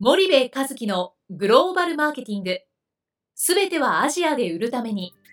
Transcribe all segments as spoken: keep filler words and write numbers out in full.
森部一樹のグローバルマーケティング、すべてはアジアで売るために。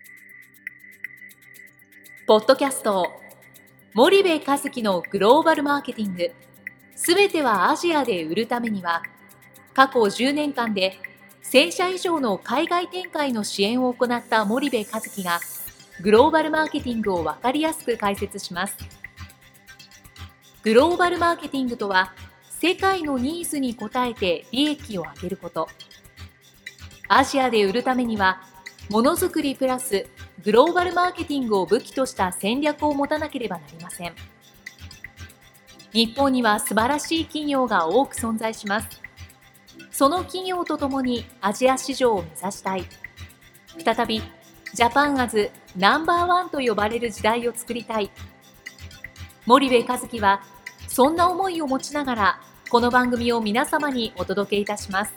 ポッドキャスト森部一樹のグローバルマーケティング、すべてはアジアで売るためには、過去じゅうねんかんでせんしゃ以上の海外展開の支援を行った森部一樹がグローバルマーケティングを分かりやすく解説します。グローバルマーケティングとは、世界のニーズに応えて利益を上げること。アジアで売るためには、ものづくりプラスグローバルマーケティングを武器とした戦略を持たなければなりません。日本には素晴らしい企業が多く存在します。その企業とともにアジア市場を目指したい。再びジャパンアズナンバーワンと呼ばれる時代を作りたい。森部一樹はそんな思いを持ちながら、この番組を皆様にお届けいたします。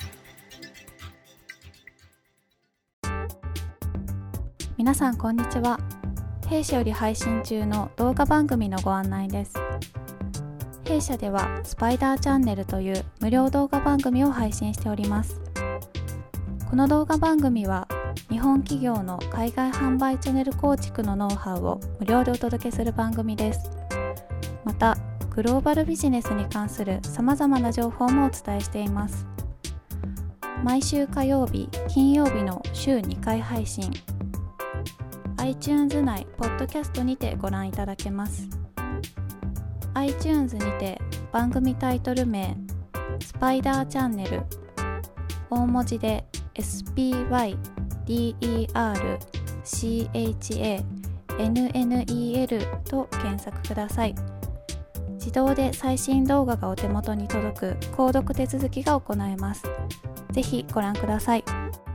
皆さんこんにちは。弊社より配信中の動画番組のご案内です。弊社ではスパイダーチャンネルという無料動画番組を配信しております。この動画番組は日本企業の海外販売チャンネル構築のノウハウを無料でお届けする番組です。またグローバルビジネスに関するさまざまな情報もお伝えしています。毎週火曜日、金曜日の週にかい配信。iTunes 内ポッドキャストにてご覧いただけます。iTunes にて番組タイトル名スパイダーチャンネル、大文字で エスピーワイディーイーアールシーエイチエーエヌエヌイーエル と検索ください。自動で最新動画がお手元に届く購読手続きが行えます。ぜひご覧ください。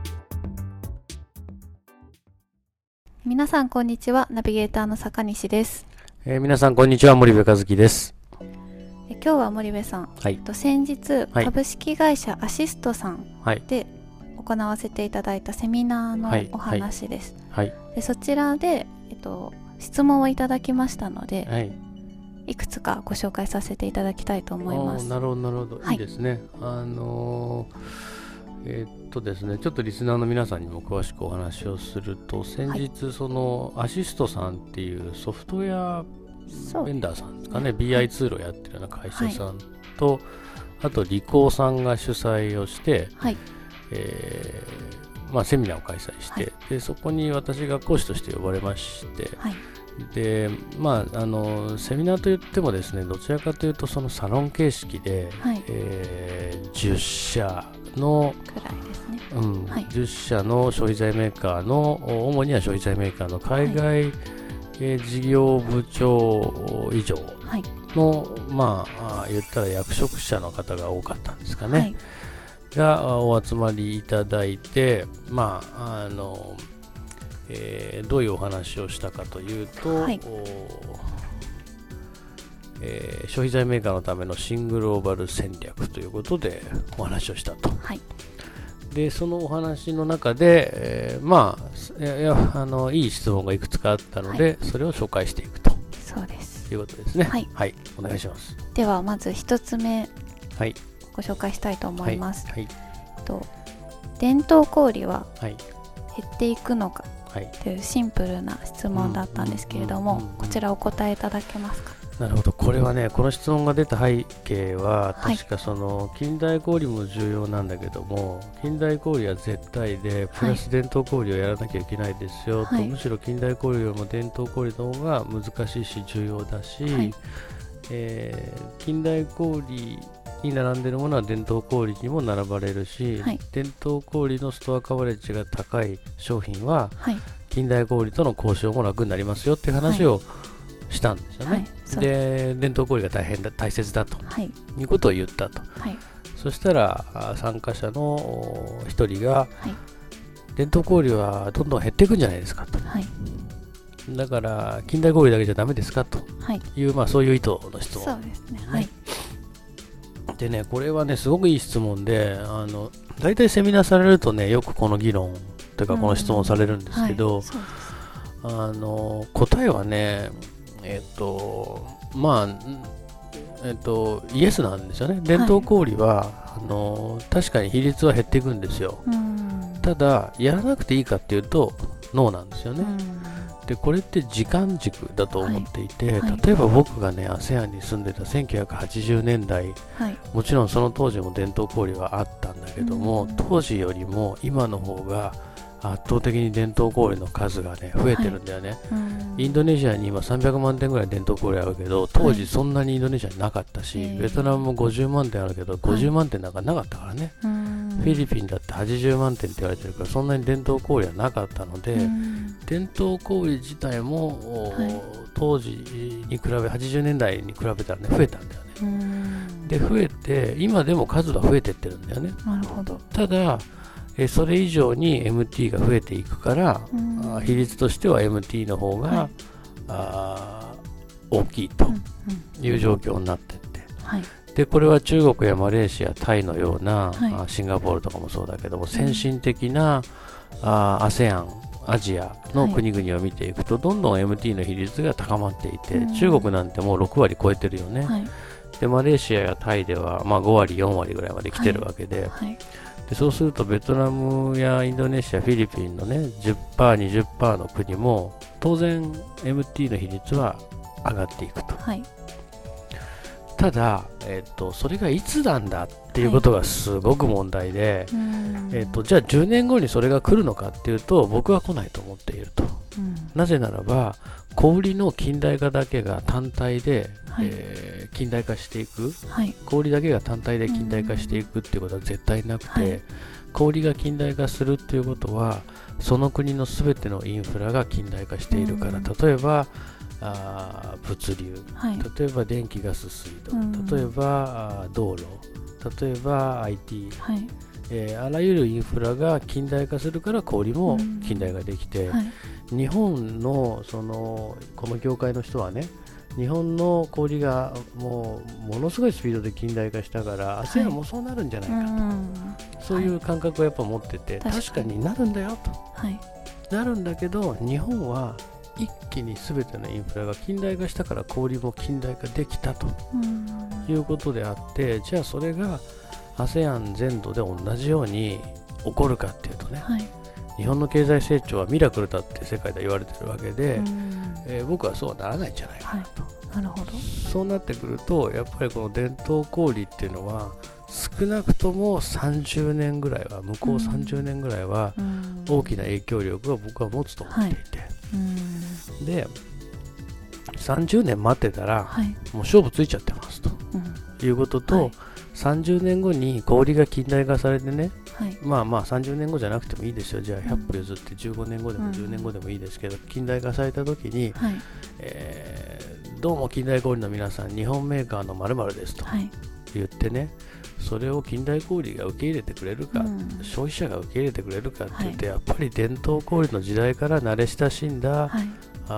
皆さんこんにちは。ナビゲーターの坂西です。 えー、皆さんこんにちは。森部一樹です。 え今日は森部さん、はい、と先日、はい、株式会社アシストさんで行わせていただいたセミナーのお話です。はいはいはい、でそちらで、えっと、質問をいただきましたので、はい、いくつかご紹介させていただきたいと思います。 なるほどなるほど、はい、いいですね。あのー、えー、っとですねちょっとリスナーの皆さんにも詳しくお話をすると、先日、はい、そのアシストさんっていうソフトウェアベンダーさんですかね、 ビーアイ ツールをやってるような会社さんと、はい、あとリコーさんが主催をして、はい、えーまあ、セミナーを開催して、はい、でそこに私が講師として呼ばれまして、はい、でまあ、あのセミナーといってもですね、どちらかというとそのサロン形式で、はい、えー、じゅっしゃのくらいですね、うんはい、じゅっしゃの消費財メーカーの、主には消費財メーカーの海外、はい、えー、事業部長以上の、はい、まあ言ったら役職者の方が多かったんですかね、はい、がお集まりいただいて、まああのえー、どういうお話をしたかというと、はい、えー、消費財メーカーのための新グローバル戦略ということでお話をしたと、はい、でそのお話の中で、えー、まあ いやあのいい質問がいくつかあったので、はい、それを紹介していくとそうですいうことですね。はい、はい、お願いします。 ではまず一つ目、はい、ご紹介したいと思います。はいはい、と伝統小売は減っていくのか、はい、というシンプルな質問だったんですけれども、こちらお答えいただけますか。 なるほど。これはね、この質問が出た背景は、確かその近代小売も重要なんだけども、近代小売は絶対でプラス伝統小売をやらなきゃいけないですよ、はい、とむしろ近代小売よりも伝統小売の方が難しいし重要だし、はい、えー、近代小売に並んでいるものは伝統小売にも並ばれるし、はい、伝統小売のストアカバレッジが高い商品は、はい、近代小売との交渉も楽になりますよっていう話を、はい、したんですよね。はい、で伝統小売が大変だ大切だと、はい、いうことを言ったと、はい、そしたら参加者の一人が、はい、伝統小売はどんどん減っていくんじゃないですかと、はい、だから近代小売だけじゃダメですかという、はい、まあ、そういう意図の質問、 そうですね、はい、 でね、これはねすごくいい質問で、あの大体セミナーされるとねよくこの議論というかこの質問されるんですけど、うん、はい、あの答えはねえっとまあえっとイエスなんですよね。伝統小売は、はい、あの確かに比率は減っていくんですよ、うん、ただやらなくていいかっていうとノーなんですよね、うん、でこれって時間軸だと思っていて、はいはい、例えば僕がね アセアン に住んでたせんきゅうひゃくはちじゅうねんだい、はい、もちろんその当時も伝統小売はあったんだけども、うん、当時よりも今の方が圧倒的に伝統小売の数がね増えてるんだよね、はい、インドネシアに今さんびゃくまんてんぐらい伝統小売あるけど当時そんなにインドネシアになかったし、はい、ベトナムもごじゅうまんてんあるけどごじゅうまんてんなんかなかったからね、はい、フィリピンだってはちじゅうまんてんって言われてるからそんなに伝統小売はなかったので、伝統小売自体も、はい、当時に比べはちじゅうねんだいに比べたらね増えたんだよね。で増えて今でも数は増えてってるんだよね。 なるほど。 ただえそれ以上に エムティー が増えていくから、うん、比率としては エムティー の方が、はい、あ大きいという状況になっていって、はい、でこれは中国やマレーシア、タイのような、はい、シンガポールとかもそうだけども先進的な、うん、あ アセアン アジアの国々を見ていくと、はい、どんどん エムティー の比率が高まっていて、うん、中国なんてもうろくわり超えてるよね、はい、でマレーシアやタイでは、まあ、ごわりよんわりぐらいまで来てるわけで、はいはい、でそうするとベトナムやインドネシア、フィリピンのね じゅっパーセント、にじゅっパーセント の国も当然 エムティー の比率は上がっていくと、はい、ただ、えーと、それがいつなんだっていうことがすごく問題で、はい、えーと、じゃあじゅうねんごにそれが来るのかっていうと僕は来ないと思っていると、うん、なぜならば小売りの近代化だけが単体で、はい、えー、近代化していく、はい、小売りだけが単体で近代化していくっていうことは絶対なくて、はい、小売りが近代化するっていうことはその国のすべてのインフラが近代化しているから、例えばあ物流、はい、例えば電気ガス水道、例えばあ道路、例えば アイティー、はい、えー、あらゆるインフラが近代化するから小売りも近代化できて、はい、日本のそのこの業界の人はね、日本の小売がもうものすごいスピードで近代化したから、はい、アセアンもそうなるんじゃないかと、うん、そういう感覚をやっぱ持ってて、はい、確かになるんだよと、はい、なるんだけど日本は一気に全てのインフラが近代化したから小売も近代化できたということであって、じゃあそれが アセアン 全土で同じように起こるかっていうとね、はい、日本の経済成長はミラクルだって世界で言われてるわけで、えー、僕はそうはならないんじゃないかなと、はい、なるほど。そうなってくるとやっぱりこの伝統小売っていうのは少なくともさんじゅうねんぐらいは、向こうさんじゅうねんぐらいは大きな影響力を僕は持つと思っていて、はい、でさんじゅうねん待ってたら、はい、もう勝負ついちゃってますと、うん、いうことと、はい、さんじゅうねんごに小売が近代化されてね、はい、まあまあさんじゅうねんごじゃなくてもいいですよ、じゃあひゃっぽ譲ってじゅうごねんごでもじゅうねんごでもいいですけど、うん、近代化された時に、はい、えー、どうも近代小売の皆さん日本メーカーの〇〇ですと言ってね、はい、それを近代小売が受け入れてくれるか、うん、消費者が受け入れてくれるかって言って、はい、やっぱり伝統小売の時代から慣れ親しんだ、はい、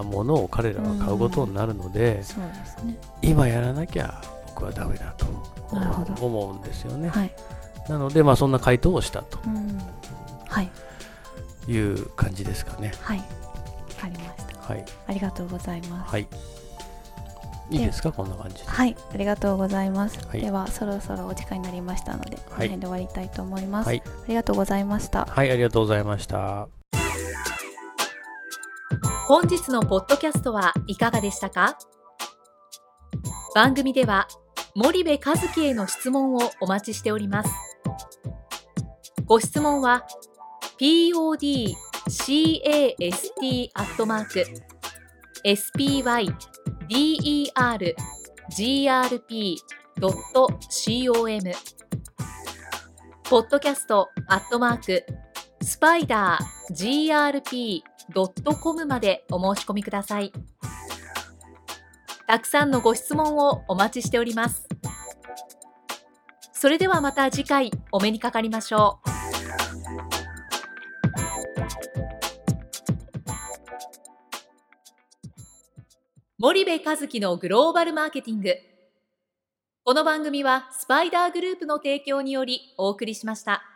ものを彼らは買うことになるので、うん、そうですね、今やらなきゃ僕はダメだと思うんですよね、はい、なのでまあそんな回答をしたと、うん、はい、いう感じですかね。 はい、わかりました、はい、ありがとうございます。 はい、いいですか、こんな感じで。 はい、ありがとうございます、はい、ではそろそろお時間になりましたので、この辺で終わりたいと思います、はい、ありがとうございました。 はい、ありがとうございました。 本日のポッドキャストはいかがでしたか？番組では森部一樹への質問をお待ちしております。ご質問は ピーオーディーキャスト アットマーク エスピーワイディーイーアールジーアールピー ドット コム ポッドキャストアットマークスパイダー ジーアールピー ドット コム までお申し込みください。たくさんのご質問をお待ちしております。それではまた次回お目にかかりましょう。森部一樹のグローバルマーケティング。この番組はスパイダーグループの提供によりお送りしました。